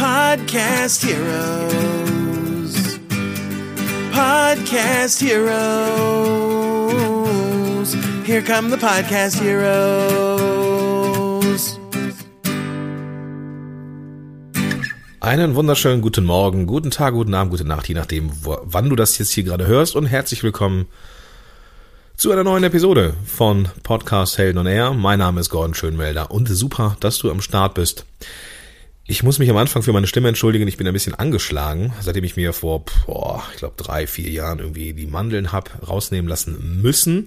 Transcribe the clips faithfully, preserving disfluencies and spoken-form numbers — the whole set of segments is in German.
Podcast Heroes. Podcast Heroes. Here come the Podcast Heroes. Einen wunderschönen guten Morgen, guten Tag, guten Abend, gute Nacht, je nachdem, wo, wann du das jetzt hier gerade hörst, und herzlich willkommen zu einer neuen Episode von Podcast Helden on Air. Mein Name ist Gordon Schönwelder und super, dass du am Start bist. Ich muss mich am Anfang für meine Stimme entschuldigen, ich bin ein bisschen angeschlagen, seitdem ich mir vor, boah, ich glaube drei, vier Jahren irgendwie die Mandeln hab rausnehmen lassen müssen.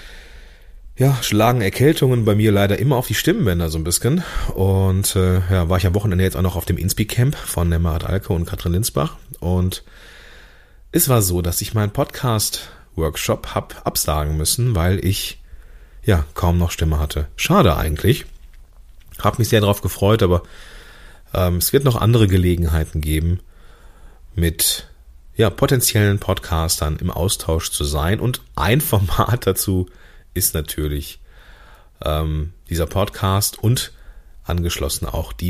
Ja, schlagen Erkältungen bei mir leider immer auf die Stimmbänder so ein bisschen. Und äh, ja, war ich am Wochenende jetzt auch noch auf dem Inspi-Camp von der Marit Alke und Katrin Linsbach. Und es war so, dass ich meinen Podcast-Workshop hab absagen müssen, weil ich ja kaum noch Stimme hatte. Schade eigentlich. Hab mich sehr darauf gefreut, aber ähm, es wird noch andere Gelegenheiten geben, mit ja potenziellen Podcastern im Austausch zu sein. Und ein Format dazu ist natürlich ähm, dieser Podcast und angeschlossen auch die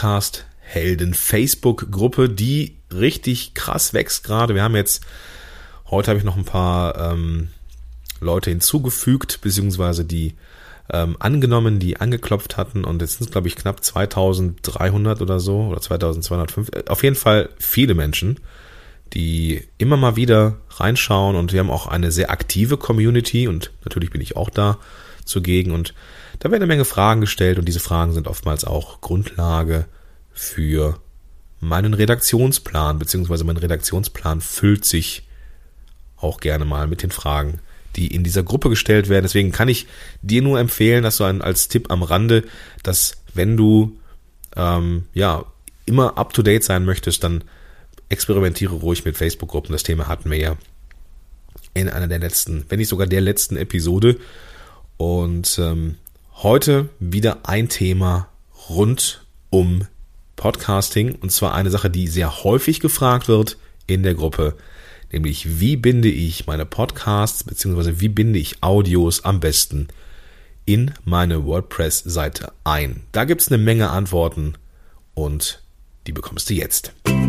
Podcast-Helden-Facebook-Gruppe, die richtig krass wächst gerade. Wir haben jetzt, heute habe ich noch ein paar ähm, Leute hinzugefügt, beziehungsweise die ähm, angenommen, die angeklopft hatten, und jetzt sind es, glaube ich, knapp zweitausenddreihundert oder so, oder zweitausendzweihundertfünf. Auf jeden Fall viele Menschen, die immer mal wieder reinschauen, und wir haben auch eine sehr aktive Community, und natürlich bin ich auch da zugegen, und da werden eine Menge Fragen gestellt, und diese Fragen sind oftmals auch Grundlage für meinen Redaktionsplan, beziehungsweise mein Redaktionsplan füllt sich auch gerne mal mit den Fragen, die in dieser Gruppe gestellt werden. Deswegen kann ich dir nur empfehlen, dass du ein, als Tipp am Rande, dass wenn du ähm, ja immer up to date sein möchtest, dann experimentiere ruhig mit Facebook-Gruppen. Das Thema hatten wir ja in einer der letzten, wenn nicht sogar der letzten Episode. Und ähm, heute wieder ein Thema rund um Podcasting. Und zwar eine Sache, die sehr häufig gefragt wird in der Gruppe. Nämlich, wie binde ich meine Podcasts bzw. wie binde ich Audios am besten in meine WordPress-Seite ein? Da gibt es eine Menge Antworten, und die bekommst du jetzt.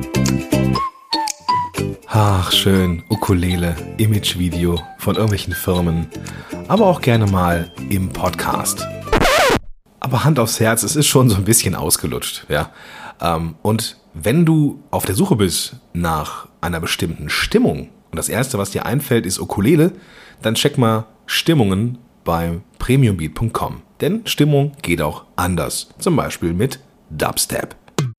Ach, schön, Ukulele, Imagevideo von irgendwelchen Firmen, aber auch gerne mal im Podcast. Aber Hand aufs Herz, es ist schon so ein bisschen ausgelutscht, ja. Und wenn du auf der Suche bist nach einer bestimmten Stimmung und das erste, was dir einfällt, ist Ukulele, dann check mal Stimmungen bei premium beat punkt com. Denn Stimmung geht auch anders, zum Beispiel mit Dubstep.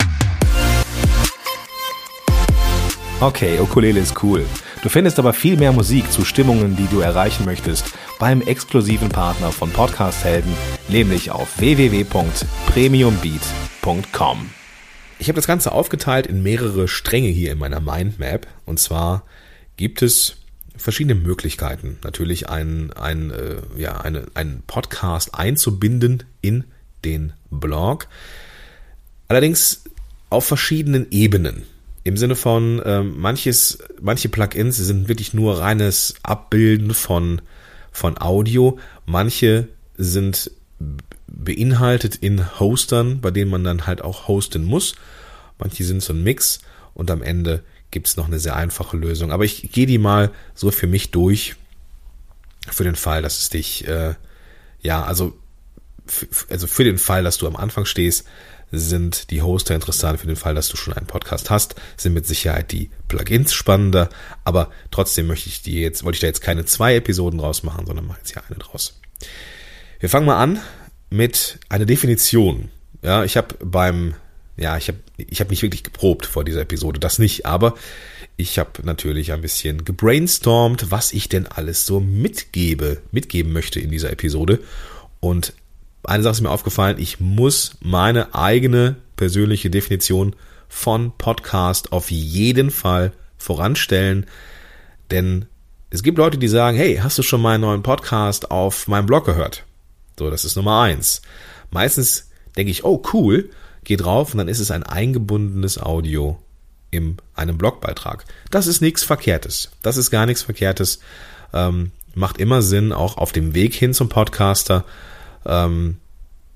Okay, Ukulele ist cool. Du findest aber viel mehr Musik zu Stimmungen, die du erreichen möchtest, beim exklusiven Partner von Podcast Helden, nämlich auf w w w punkt premium beat punkt com. Ich habe das Ganze aufgeteilt in mehrere Stränge hier in meiner Mindmap. Und zwar gibt es verschiedene Möglichkeiten, natürlich einen, einen, äh, ja, eine, einen Podcast einzubinden in den Blog. Allerdings auf verschiedenen Ebenen. Im Sinne von, äh, manches, manche Plugins sind wirklich nur reines Abbilden von, von Audio. Manche sind beinhaltet in Hostern, bei denen man dann halt auch hosten muss. Manche sind so ein Mix, und am Ende gibt es noch eine sehr einfache Lösung. Aber ich gehe die mal so für mich durch, für den Fall, dass es dich, äh, ja, also, f- also für den Fall, dass du am Anfang stehst, sind die Hoster interessant. Für den Fall, dass du schon einen Podcast hast, sind mit Sicherheit die Plugins spannender. Aber trotzdem möchte ich die jetzt, wollte ich da jetzt keine zwei Episoden draus machen, sondern mache jetzt hier eine draus. Wir fangen mal an mit einer Definition. Ja, ich habe beim, ja, ich habe, ich habe nicht wirklich geprobt vor dieser Episode, das nicht, aber ich habe natürlich ein bisschen gebrainstormt, was ich denn alles so mitgebe, mitgeben möchte in dieser Episode. Und eine Sache ist mir aufgefallen: Ich muss meine eigene persönliche Definition von Podcast auf jeden Fall voranstellen, denn es gibt Leute, die sagen: Hey, hast du schon meinen neuen Podcast auf meinem Blog gehört? So, das ist Nummer eins. Meistens denke ich, oh cool, geh drauf, und dann ist es ein eingebundenes Audio in einem Blogbeitrag. Das ist nichts Verkehrtes. Das ist gar nichts Verkehrtes. Ähm, macht immer Sinn, auch auf dem Weg hin zum Podcaster, ähm,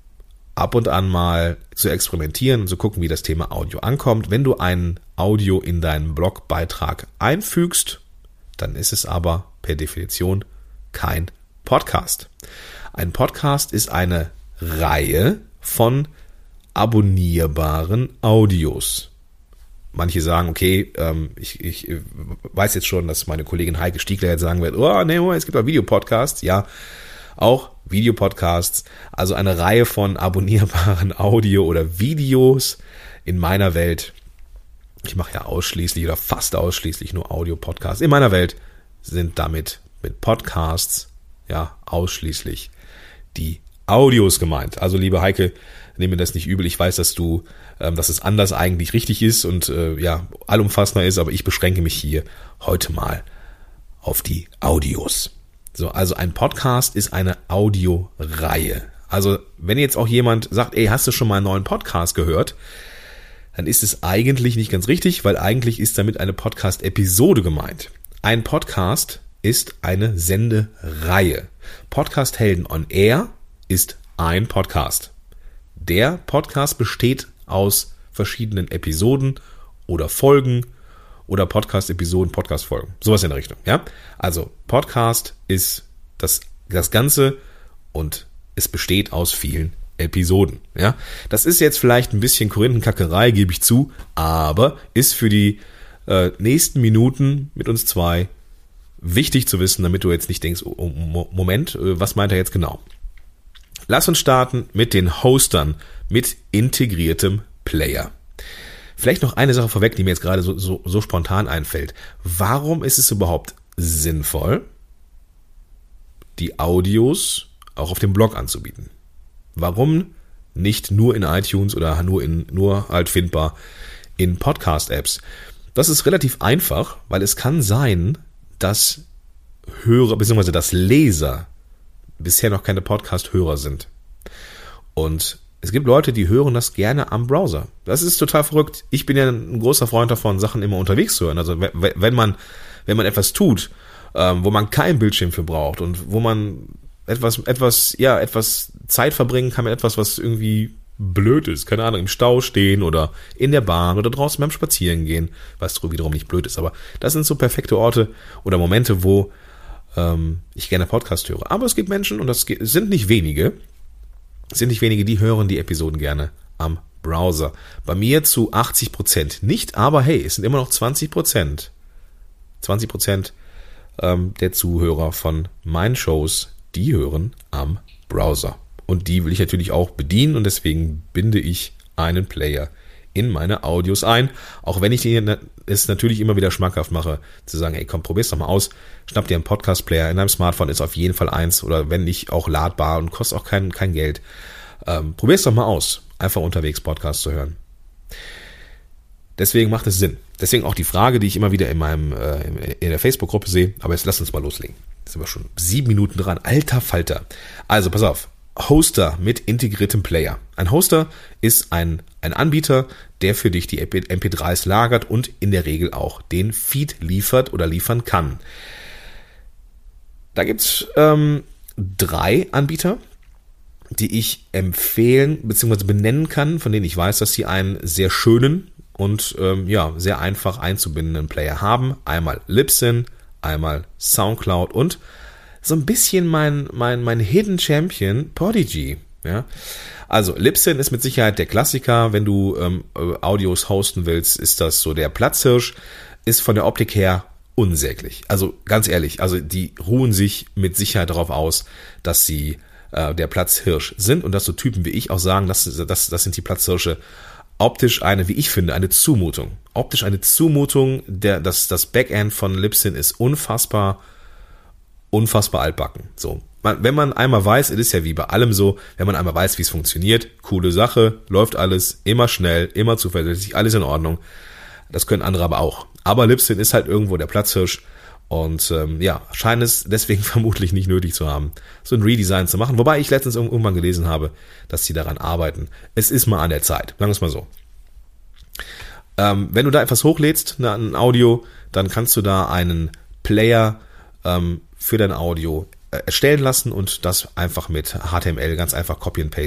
ab und an mal zu experimentieren und zu gucken, wie das Thema Audio ankommt. Wenn du ein Audio in deinen Blogbeitrag einfügst, dann ist es aber per Definition kein Podcast. Ein Podcast ist eine Reihe von abonnierbaren Audios. Manche sagen, okay, ähm, ich, ich weiß jetzt schon, dass meine Kollegin Heike Stiegler jetzt sagen wird, oh, nee, es gibt auch Videopodcasts. Ja, auch Videopodcasts, also eine Reihe von abonnierbaren Audio- oder Videos in meiner Welt. Ich mache ja ausschließlich oder fast ausschließlich nur Audio-Podcasts. In meiner Welt sind damit mit Podcasts ja ausschließlich die Audios gemeint. Also liebe Heike, nehme mir das nicht übel. Ich weiß, dass du, ähm, dass es anders eigentlich richtig ist und äh, ja allumfassender ist, aber ich beschränke mich hier heute mal auf die Audios. So, also ein Podcast ist eine Audioreihe. Also wenn jetzt auch jemand sagt, ey, hast du schon mal einen neuen Podcast gehört? Dann ist es eigentlich nicht ganz richtig, weil eigentlich ist damit eine Podcast-Episode gemeint. Ein Podcast ist eine Sendereihe. Podcast Helden on Air ist ein Podcast. Der Podcast besteht aus verschiedenen Episoden oder Folgen oder Podcast-Episoden, Podcast-Folgen. Sowas in der Richtung, ja? Also Podcast ist das, das Ganze und es besteht aus vielen Episoden, ja? Das ist jetzt vielleicht ein bisschen Korinthenkackerei, gebe ich zu, aber ist für die äh, nächsten Minuten mit uns zwei wichtig zu wissen, damit du jetzt nicht denkst, oh, Moment, was meint er jetzt genau? Lass uns starten mit den Hostern mit integriertem Player. Vielleicht noch eine Sache vorweg, die mir jetzt gerade so, so, so spontan einfällt. Warum ist es überhaupt sinnvoll, die Audios auch auf dem Blog anzubieten? Warum nicht nur in iTunes oder nur in nur halt findbar in Podcast-Apps? Das ist relativ einfach, weil es kann sein, dass Hörer bzw. dass Leser bisher noch keine Podcast-Hörer sind. Und es gibt Leute, die hören das gerne am Browser. Das ist total verrückt. Ich bin ja ein großer Freund davon, Sachen immer unterwegs zu hören. Also wenn man, wenn man etwas tut, wo man keinen Bildschirm für braucht und wo man etwas, etwas, ja, etwas Zeit verbringen kann mit etwas, was irgendwie blöd ist. Keine Ahnung, im Stau stehen oder in der Bahn oder draußen beim Spazierengehen, was wiederum nicht blöd ist. Aber das sind so perfekte Orte oder Momente, wo ähm, ich gerne Podcast höre. Aber es gibt Menschen, und das sind nicht wenige, Es sind nicht wenige, die hören die Episoden gerne am Browser. Bei mir zu achtzig Prozent nicht, aber hey, es sind immer noch zwanzig Prozent. zwanzig Prozent ähm, der Zuhörer von meinen Shows, die hören am Browser. Und die will ich natürlich auch bedienen und deswegen binde ich einen Player in meine Audios ein. Auch wenn ich dir es natürlich immer wieder schmackhaft mache, zu sagen, hey komm, probier's doch mal aus. Schnapp dir einen Podcast-Player in deinem Smartphone, ist auf jeden Fall eins oder wenn nicht auch ladbar und kostet auch kein, kein Geld. Ähm, probier's doch mal aus, einfach unterwegs Podcast zu hören. Deswegen macht es Sinn. Deswegen auch die Frage, die ich immer wieder in meinem äh, in der Facebook-Gruppe sehe. Aber jetzt lass uns mal loslegen. Jetzt sind wir schon sieben Minuten dran. Alter Falter. Also pass auf. Hoster mit integriertem Player. Ein Hoster ist ein, ein Anbieter, der für dich die M P dreis lagert und in der Regel auch den Feed liefert oder liefern kann. Da gibt's ähm, drei Anbieter, die ich empfehlen bzw. benennen kann, von denen ich weiß, dass sie einen sehr schönen und ähm, ja sehr einfach einzubindenden Player haben. Einmal Libsyn, einmal Soundcloud und so ein bisschen mein mein mein Hidden Champion Podigy. Ja, also Libsyn ist mit Sicherheit der Klassiker. Wenn du ähm, Audios hosten willst, ist das so der Platzhirsch. Ist von der Optik her unsäglich. Also ganz ehrlich, also die ruhen sich mit Sicherheit darauf aus, dass sie äh, der Platzhirsch sind und dass so Typen wie ich auch sagen, das, das, das sind die Platzhirsche. Optisch eine, wie ich finde, eine Zumutung. Optisch eine Zumutung. Der, das, das Backend von Libsyn ist unfassbar, unfassbar altbacken. So. Wenn man einmal weiß, es ist ja wie bei allem so, wenn man einmal weiß, wie es funktioniert, coole Sache, läuft alles, immer schnell, immer zuverlässig, alles in Ordnung. Das können andere aber auch. Aber Libsyn ist halt irgendwo der Platzhirsch und ähm, ja, scheint es deswegen vermutlich nicht nötig zu haben, so ein Redesign zu machen. Wobei ich letztens irgendwann gelesen habe, dass sie daran arbeiten. Es ist mal an der Zeit, sagen wir es mal so. Ähm, wenn du da etwas hochlädst, ne, ein Audio, dann kannst du da einen Player ähm, für dein Audio erstellen lassen und das einfach mit H T M L ganz einfach Copy and Paste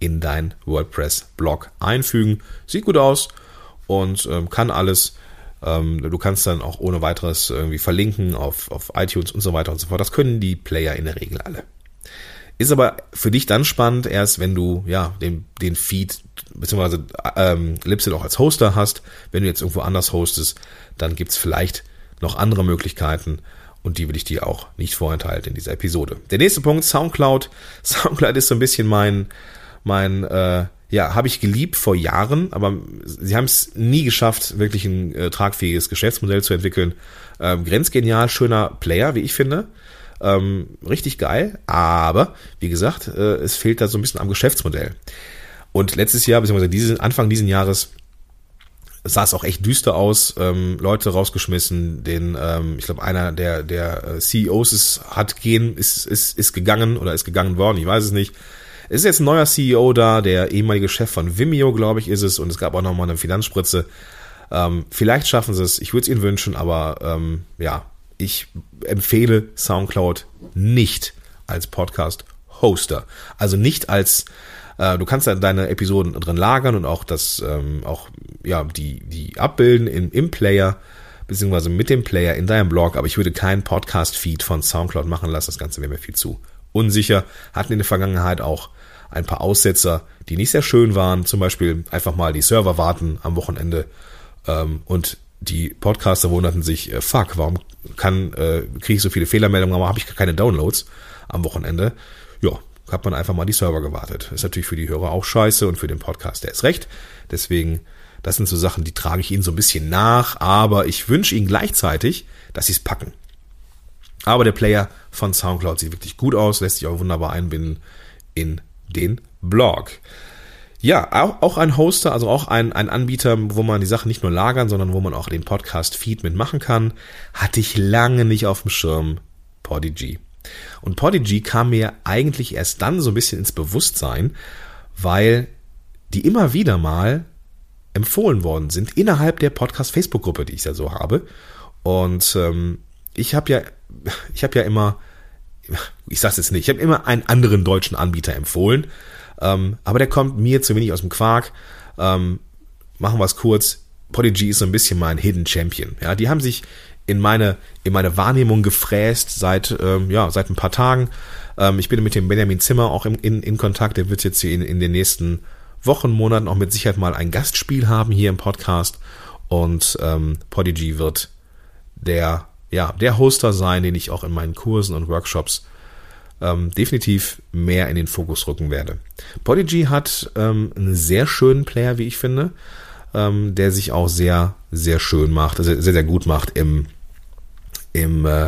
in dein WordPress-Blog einfügen. Sieht gut aus und ähm, kann alles. Ähm, du kannst dann auch ohne weiteres irgendwie verlinken auf, auf iTunes und so weiter und so fort. Das können die Player in der Regel alle. Ist aber für dich dann spannend, erst wenn du ja den, den Feed bzw. Ähm, Libsyn auch als Hoster hast. Wenn du jetzt irgendwo anders hostest, dann gibt's vielleicht noch andere Möglichkeiten und die will ich dir auch nicht vorenthalten in dieser Episode. Der nächste Punkt, Soundcloud. Soundcloud ist so ein bisschen mein, mein äh, ja, habe ich geliebt vor Jahren, aber sie haben es nie geschafft, wirklich ein äh, tragfähiges Geschäftsmodell zu entwickeln. Ähm, grenzgenial, schöner Player, wie ich finde. Ähm, richtig geil, aber wie gesagt, äh, es fehlt da so ein bisschen am Geschäftsmodell. Und letztes Jahr, beziehungsweise diesen, Anfang diesen Jahres, sah es auch echt düster aus. Ähm, Leute rausgeschmissen, den, ähm, ich glaube, einer der der C E Os ist, hat gehen, ist ist ist gegangen oder ist gegangen worden, ich weiß es nicht. Es ist jetzt ein neuer C E O da, der ehemalige Chef von Vimeo, glaube ich, ist es, und es gab auch nochmal eine Finanzspritze. Ähm, vielleicht schaffen sie es, ich würde es ihnen wünschen, aber ähm, ja, ich empfehle SoundCloud nicht als Podcast-Hoster. Also nicht als, äh, du kannst da deine Episoden drin lagern und auch das, ähm, auch ja die die abbilden im, im Player, beziehungsweise mit dem Player in deinem Blog, aber ich würde keinen Podcast-Feed von SoundCloud machen lassen, das Ganze wäre mir viel zu unsicher. Hatten in der Vergangenheit auch ein paar Aussetzer, die nicht sehr schön waren, zum Beispiel einfach mal die Server warten am Wochenende ähm, und die Podcaster wunderten sich, äh, fuck, warum kann äh, kriege ich so viele Fehlermeldungen, warum habe ich keine Downloads am Wochenende? Ja, hat man einfach mal die Server gewartet. Ist natürlich für die Hörer auch scheiße und für den Podcaster ist recht. Deswegen, das sind so Sachen, die trage ich ihnen so ein bisschen nach, aber ich wünsche ihnen gleichzeitig, dass sie es packen. Aber der Player von SoundCloud sieht wirklich gut aus, lässt sich auch wunderbar einbinden in den Blog. Ja, auch, auch ein Hoster, also auch ein, ein Anbieter, wo man die Sachen nicht nur lagern, sondern wo man auch den Podcast-Feed mitmachen kann, hatte ich lange nicht auf dem Schirm, Podigy. Und Podigy kam mir eigentlich erst dann so ein bisschen ins Bewusstsein, weil die immer wieder mal empfohlen worden sind innerhalb der Podcast-Facebook-Gruppe, die ich ja so habe. Und ähm, ich habe ja, ich habe ja immer, ich sag's jetzt nicht, ich habe immer einen anderen deutschen Anbieter empfohlen. Ähm, aber der kommt mir zu wenig aus dem Quark. Ähm, machen wir es kurz. Podigy ist so ein bisschen mein Hidden Champion. Ja, die haben sich in meine in meine Wahrnehmung gefräst seit ähm, ja seit ein paar Tagen. Ähm, ich bin mit dem Benjamin Zimmer auch in, in, in Kontakt. Der wird jetzt hier in, in den nächsten Wochen, Monaten auch mit Sicherheit mal ein Gastspiel haben hier im Podcast. Und ähm, Podigy wird der ja der Hoster sein, den ich auch in meinen Kursen und Workshops Ähm, definitiv mehr in den Fokus rücken werde. Podigy hat ähm, einen sehr schönen Player, wie ich finde, ähm, der sich auch sehr, sehr schön macht, also sehr, sehr gut macht im, im äh,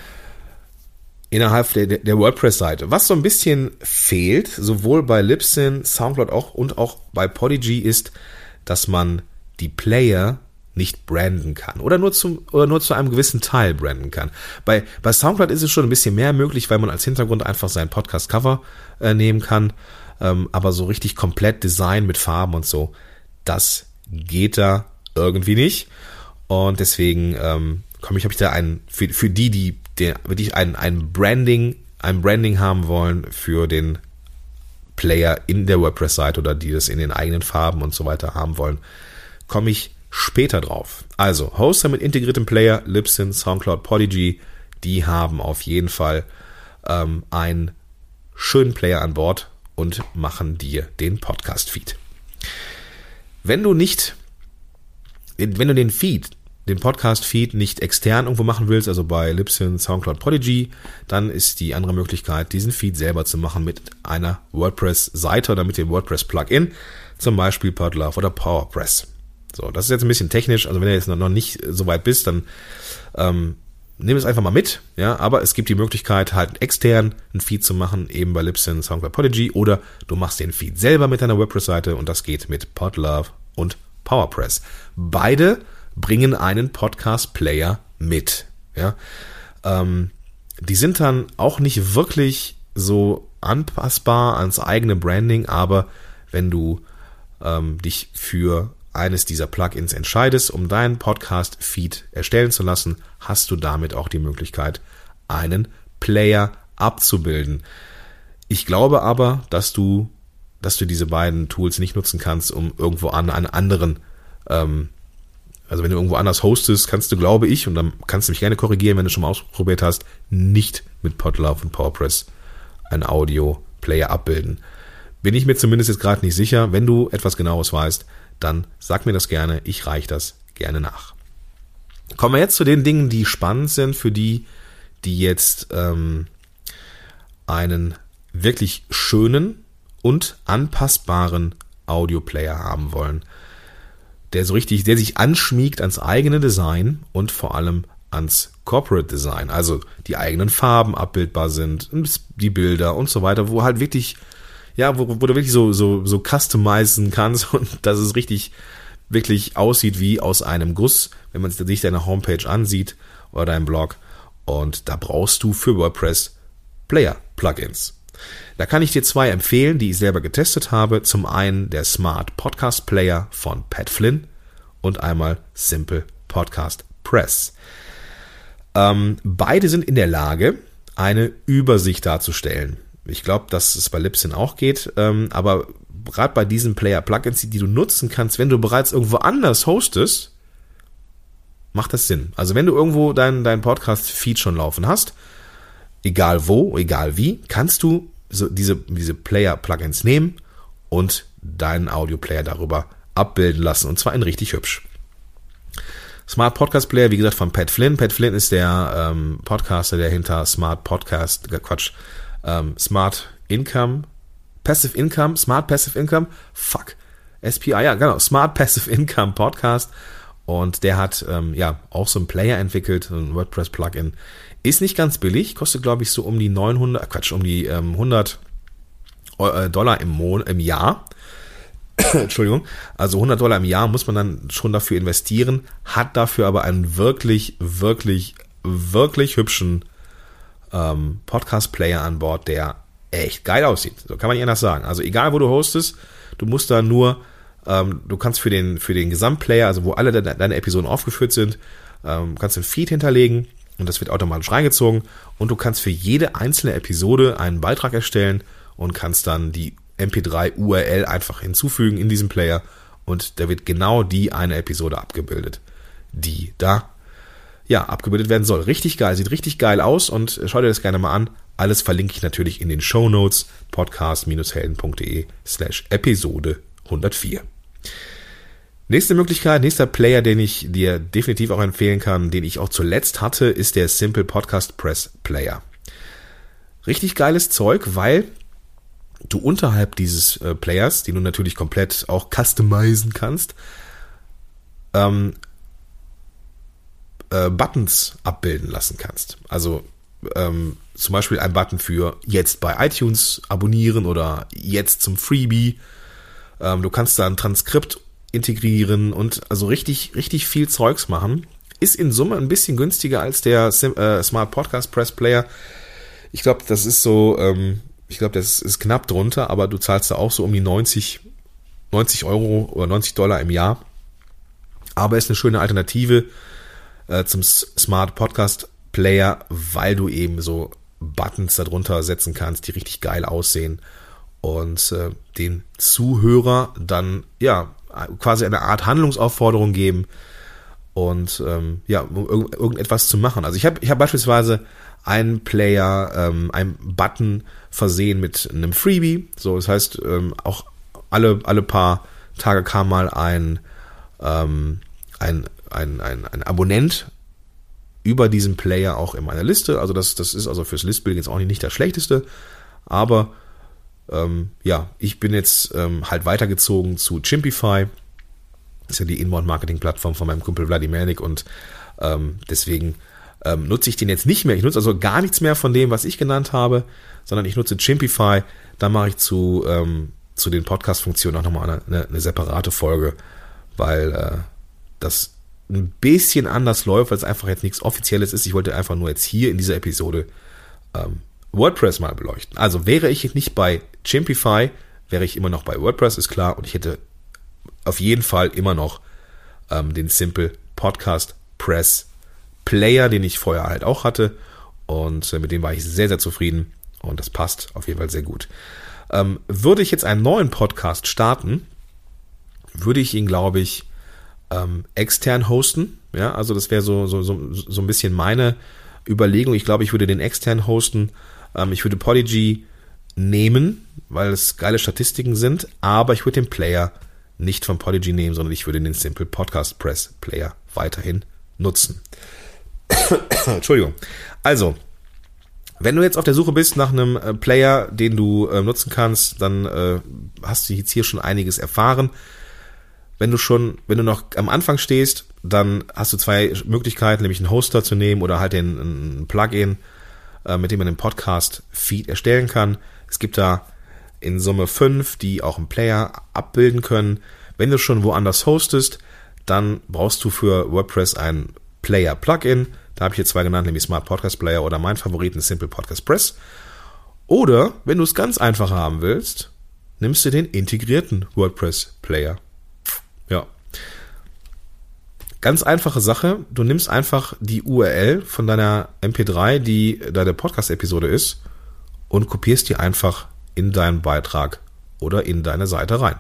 innerhalb der, der WordPress-Seite. Was so ein bisschen fehlt, sowohl bei Libsyn, SoundCloud auch und auch bei Podigy, ist, dass man die Player nicht branden kann oder nur zum oder nur zu einem gewissen Teil branden kann. Bei bei SoundCloud ist es schon ein bisschen mehr möglich, weil man als Hintergrund einfach sein Podcast-Cover äh, nehmen kann, ähm, aber so richtig komplett Design mit Farben und so, das geht da irgendwie nicht. Und deswegen ähm, komme ich, habe ich da einen für für die, die der wirklich ein ein Branding, ein Branding haben wollen für den Player in der WordPress-Seite oder die das in den eigenen Farben und so weiter haben wollen, komme ich später drauf. Also, Hoster mit integriertem Player, Libsyn, SoundCloud, Podigy, die haben auf jeden Fall ähm, einen schönen Player an Bord und machen dir den Podcast-Feed. Wenn du nicht, wenn du den Feed, den Podcast-Feed nicht extern irgendwo machen willst, also bei Libsyn, SoundCloud, Podigy, dann ist die andere Möglichkeit, diesen Feed selber zu machen mit einer WordPress-Seite oder mit dem WordPress-Plugin, zum Beispiel Podlove oder PowerPress. So, das ist jetzt ein bisschen technisch, also wenn du jetzt noch nicht so weit bist, dann ähm, nimm es einfach mal mit, ja, aber es gibt die Möglichkeit, halt extern einen Feed zu machen, eben bei Libsyn, SoundCloud, Podigy, oder du machst den Feed selber mit deiner WordPress-Seite und das geht mit Podlove und PowerPress. Beide bringen einen Podcast-Player mit, ja. Ähm, die sind dann auch nicht wirklich so anpassbar ans eigene Branding, aber wenn du ähm, dich für eines dieser Plugins entscheidest, um deinen Podcast-Feed erstellen zu lassen, hast du damit auch die Möglichkeit, einen Player abzubilden. Ich glaube aber, dass du dass du diese beiden Tools nicht nutzen kannst, um irgendwo an einen anderen, ähm, also wenn du irgendwo anders hostest, kannst du, glaube ich, und dann kannst du mich gerne korrigieren, wenn du schon mal ausprobiert hast, nicht mit Podlove und PowerPress ein Audio-Player abbilden. Bin ich mir zumindest jetzt gerade nicht sicher. Wenn du etwas Genaues weißt, dann sag mir das gerne. Ich reiche das gerne nach. Kommen wir jetzt zu den Dingen, die spannend sind für die, die jetzt ähm, einen wirklich schönen und anpassbaren Audioplayer haben wollen, der so richtig, der sich anschmiegt ans eigene Design und vor allem ans Corporate Design, also die eigenen Farben abbildbar sind, die Bilder und so weiter, wo halt wirklich, ja, wo, wo du wirklich so so so customizen kannst und dass es richtig wirklich aussieht wie aus einem Guss, wenn man sich deine Homepage ansieht oder deinen Blog. Und da brauchst du für WordPress Player-Plugins. Da kann ich dir zwei empfehlen, die ich selber getestet habe. Zum einen der Smart Podcast Player von Pat Flynn und einmal Simple Podcast Press. Ähm, beide sind in der Lage, eine Übersicht darzustellen. Ich glaube, dass es bei Libsyn auch geht, ähm, aber gerade bei diesen Player-Plugins, die du nutzen kannst, wenn du bereits irgendwo anders hostest, macht das Sinn. Also wenn du irgendwo dein, dein Podcast-Feed schon laufen hast, egal wo, egal wie, kannst du so diese, diese Player-Plugins nehmen und deinen Audio-Player darüber abbilden lassen, und zwar in richtig hübsch. Smart Podcast Player, wie gesagt, von Pat Flynn. Pat Flynn ist der ähm, Podcaster, der hinter Smart Podcast, äh, Quatsch, ähm, Smart Income, Passive Income, Smart Passive Income, fuck, S P I, ja genau, Smart Passive Income Podcast, und der hat ähm, ja auch so einen Player entwickelt, ein WordPress-Plugin. Ist nicht ganz billig, kostet glaube ich so um die neunhundert, Quatsch, um die ähm, hundert Dollar im Monat, im Jahr. Entschuldigung, also hundert Dollar im Jahr muss man dann schon dafür investieren, hat dafür aber einen wirklich, wirklich, wirklich hübschen ähm, Podcast-Player an Bord, der echt geil aussieht. So kann man nicht anders sagen. Also egal, wo du hostest, du musst da nur, ähm, du kannst für den für den Gesamtplayer, also wo alle de- deine Episoden aufgeführt sind, ähm, kannst du ein Feed hinterlegen und das wird automatisch reingezogen, und du kannst für jede einzelne Episode einen Beitrag erstellen und kannst dann die M P drei U R L einfach hinzufügen in diesem Player, und da wird genau die eine Episode abgebildet, die da ja abgebildet werden soll. Richtig geil, sieht richtig geil aus, und schau dir das gerne mal an. Alles verlinke ich natürlich in den Shownotes, podcast-helden.de slash Episode hundertvier. Nächste Möglichkeit, nächster Player, den ich dir definitiv auch empfehlen kann, den ich auch zuletzt hatte, ist der Simple Podcast Press Player. Richtig geiles Zeug, weil du unterhalb dieses äh, Players, den du natürlich komplett auch customizen kannst, ähm, äh, Buttons abbilden lassen kannst. Also ähm, zum Beispiel ein Button für jetzt bei iTunes abonnieren oder jetzt zum Freebie. Ähm, du kannst da ein Transkript integrieren und also richtig, richtig viel Zeugs machen. Ist in Summe ein bisschen günstiger als der Sim- äh, Smart Podcast Press Player. Ich glaube, das ist so, ähm, ich glaube, das ist knapp drunter, aber du zahlst da auch so um die neunzig Euro oder neunzig Dollar im Jahr. Aber ist eine schöne Alternative äh, zum Smart Podcast Player, weil du eben so Buttons darunter setzen kannst, die richtig geil aussehen und äh, den Zuhörer dann ja quasi eine Art Handlungsaufforderung geben und ähm, ja, um irg- irgendetwas zu machen. Also ich habe ich hab beispielsweise einen Player, ähm, einen Button versehen mit einem Freebie. So, das heißt, ähm, auch alle alle paar Tage kam mal ein ähm, ein, ein, ein, ein Abonnent über diesen Player auch in meiner Liste. Also das, das ist also fürs Listbuilding jetzt auch nicht das Schlechteste. Aber ähm, ja, ich bin jetzt ähm, halt weitergezogen zu Chimpify. Das ist ja die Inbound-Marketing-Plattform von meinem Kumpel Wladimir, und ähm, deswegen ähm, nutze ich den jetzt nicht mehr. Ich nutze also gar nichts mehr von dem, was ich genannt habe, sondern ich nutze Chimpify. Da mache ich zu, ähm, zu den Podcast-Funktionen auch nochmal eine, eine, eine separate Folge, weil äh, das ein bisschen anders läuft, weil es einfach jetzt nichts Offizielles ist. Ich wollte einfach nur jetzt hier in dieser Episode ähm, WordPress mal beleuchten. Also wäre ich nicht bei Chimpify, wäre ich immer noch bei WordPress, ist klar, und ich hätte auf jeden Fall immer noch ähm, den Simple Podcast Press Player, den ich vorher halt auch hatte, und äh, mit dem war ich sehr, sehr zufrieden, und das passt auf jeden Fall sehr gut. Ähm, würde ich jetzt einen neuen Podcast starten, würde ich ihn, glaube ich, ähm, extern hosten. Ja, also das wäre so, so, so, so ein bisschen meine Überlegung. Ich glaube, ich würde den extern hosten. Ähm, ich würde Podigy nehmen, weil es geile Statistiken sind, aber ich würde den Player nicht von Podigy nehmen, sondern ich würde den Simple Podcast Press Player weiterhin nutzen. Entschuldigung. Also, wenn du jetzt auf der Suche bist nach einem äh, Player, den du äh, nutzen kannst, dann äh, hast du jetzt hier schon einiges erfahren. Wenn du schon, wenn du noch am Anfang stehst, dann hast du zwei Möglichkeiten, nämlich einen Hoster zu nehmen oder halt den, ein Plugin, äh, mit dem man den Podcast-Feed erstellen kann. Es gibt da in Summe fünf, die auch einen Player abbilden können. Wenn du schon woanders hostest, dann brauchst du für WordPress ein Player-Plugin. Da habe ich hier zwei genannt, nämlich Smart Podcast Player oder mein Favoriten Simple Podcast Press. Oder, wenn du es ganz einfach haben willst, nimmst du den integrierten WordPress Player. Ja. Ganz einfache Sache. Du nimmst einfach die U R L von deiner M P drei, die deine Podcast-Episode ist, und kopierst die einfach in deinen Beitrag oder in deine Seite rein.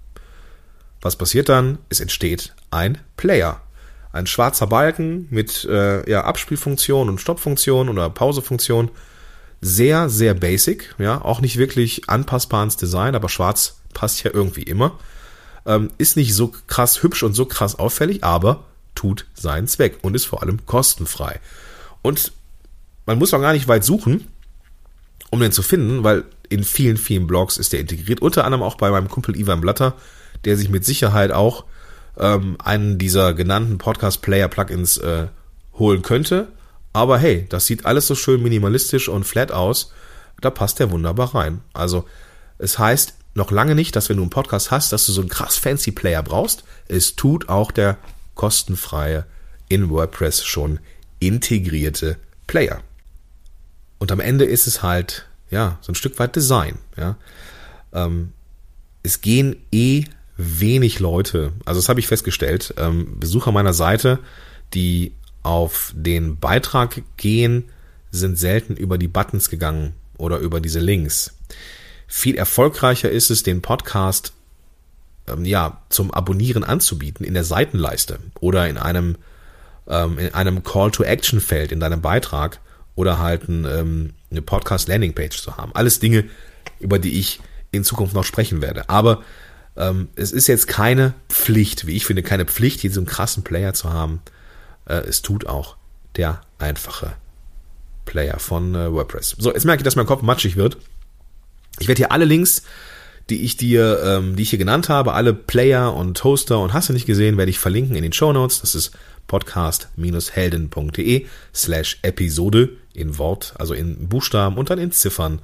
Was passiert dann? Es entsteht ein Player. Ein schwarzer Balken mit äh, ja, Abspielfunktion und Stoppfunktion oder Pausefunktion. Sehr, sehr basic. Ja, auch nicht wirklich anpassbar ans Design, aber schwarz passt ja irgendwie immer. Ähm, ist nicht so krass hübsch und so krass auffällig, aber tut seinen Zweck und ist vor allem kostenfrei. Und man muss auch gar nicht weit suchen, um den zu finden, weil in vielen, vielen Blogs ist der integriert. Unter anderem auch bei meinem Kumpel Ivan Blatter, der sich mit Sicherheit auch ähm, einen dieser genannten Podcast-Player-Plugins äh, holen könnte. Aber hey, das sieht alles so schön minimalistisch und flat aus. Da passt der wunderbar rein. Also es heißt noch lange nicht, dass wenn du einen Podcast hast, dass du so einen krass fancy Player brauchst. Es tut auch der kostenfreie, in WordPress schon integrierte Player. Und am Ende ist es halt, ja, so ein Stück weit Design. Ja. Ähm, es gehen eh wenig Leute, also das habe ich festgestellt, ähm, Besucher meiner Seite, die auf den Beitrag gehen, sind selten über die Buttons gegangen oder über diese Links. Viel erfolgreicher ist es, den Podcast ähm, ja zum Abonnieren anzubieten in der Seitenleiste oder in einem ähm, in einem Call-to-Action-Feld in deinem Beitrag oder halt ein, ähm, eine Podcast-Landing-Page zu haben. Alles Dinge, über die ich in Zukunft noch sprechen werde. Aber ähm, es ist jetzt keine Pflicht, wie ich finde, keine Pflicht, hier so einen krassen Player zu haben. Äh, es tut auch der einfache Player von äh, WordPress. So, jetzt merke ich, dass mein Kopf matschig wird. Ich werde hier alle Links, die ich dir, ähm, die ich hier genannt habe, alle Player und Hoster und hast du nicht gesehen, werde ich verlinken in den Shownotes. Das ist podcast-helden.de slash Episode in Wort, also in Buchstaben und dann in Ziffern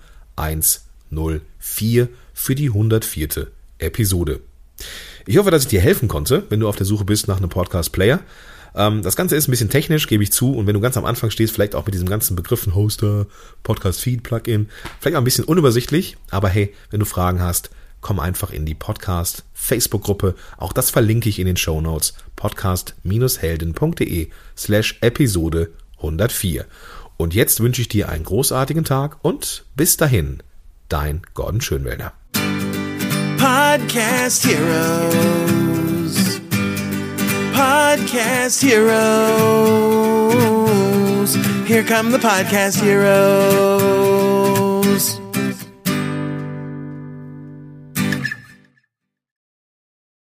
hundertvier für die hundertvierte Episode. Ich hoffe, dass ich dir helfen konnte, wenn du auf der Suche bist nach einem Podcast-Player. Ähm, das Ganze ist ein bisschen technisch, gebe ich zu, und wenn du ganz am Anfang stehst, vielleicht auch mit diesen ganzen Begriffen Hoster, Podcast-Feed-Plugin, vielleicht auch ein bisschen unübersichtlich, aber hey, wenn du Fragen hast, komm einfach in die Podcast-Facebook-Gruppe. Auch das verlinke ich in den Shownotes. podcast-helden.de slash Episode hundertvier. Und jetzt wünsche ich dir einen großartigen Tag und bis dahin, dein Gordon Schönwälder. Podcast Heroes. Podcast Heroes. Here come the Podcast Heroes.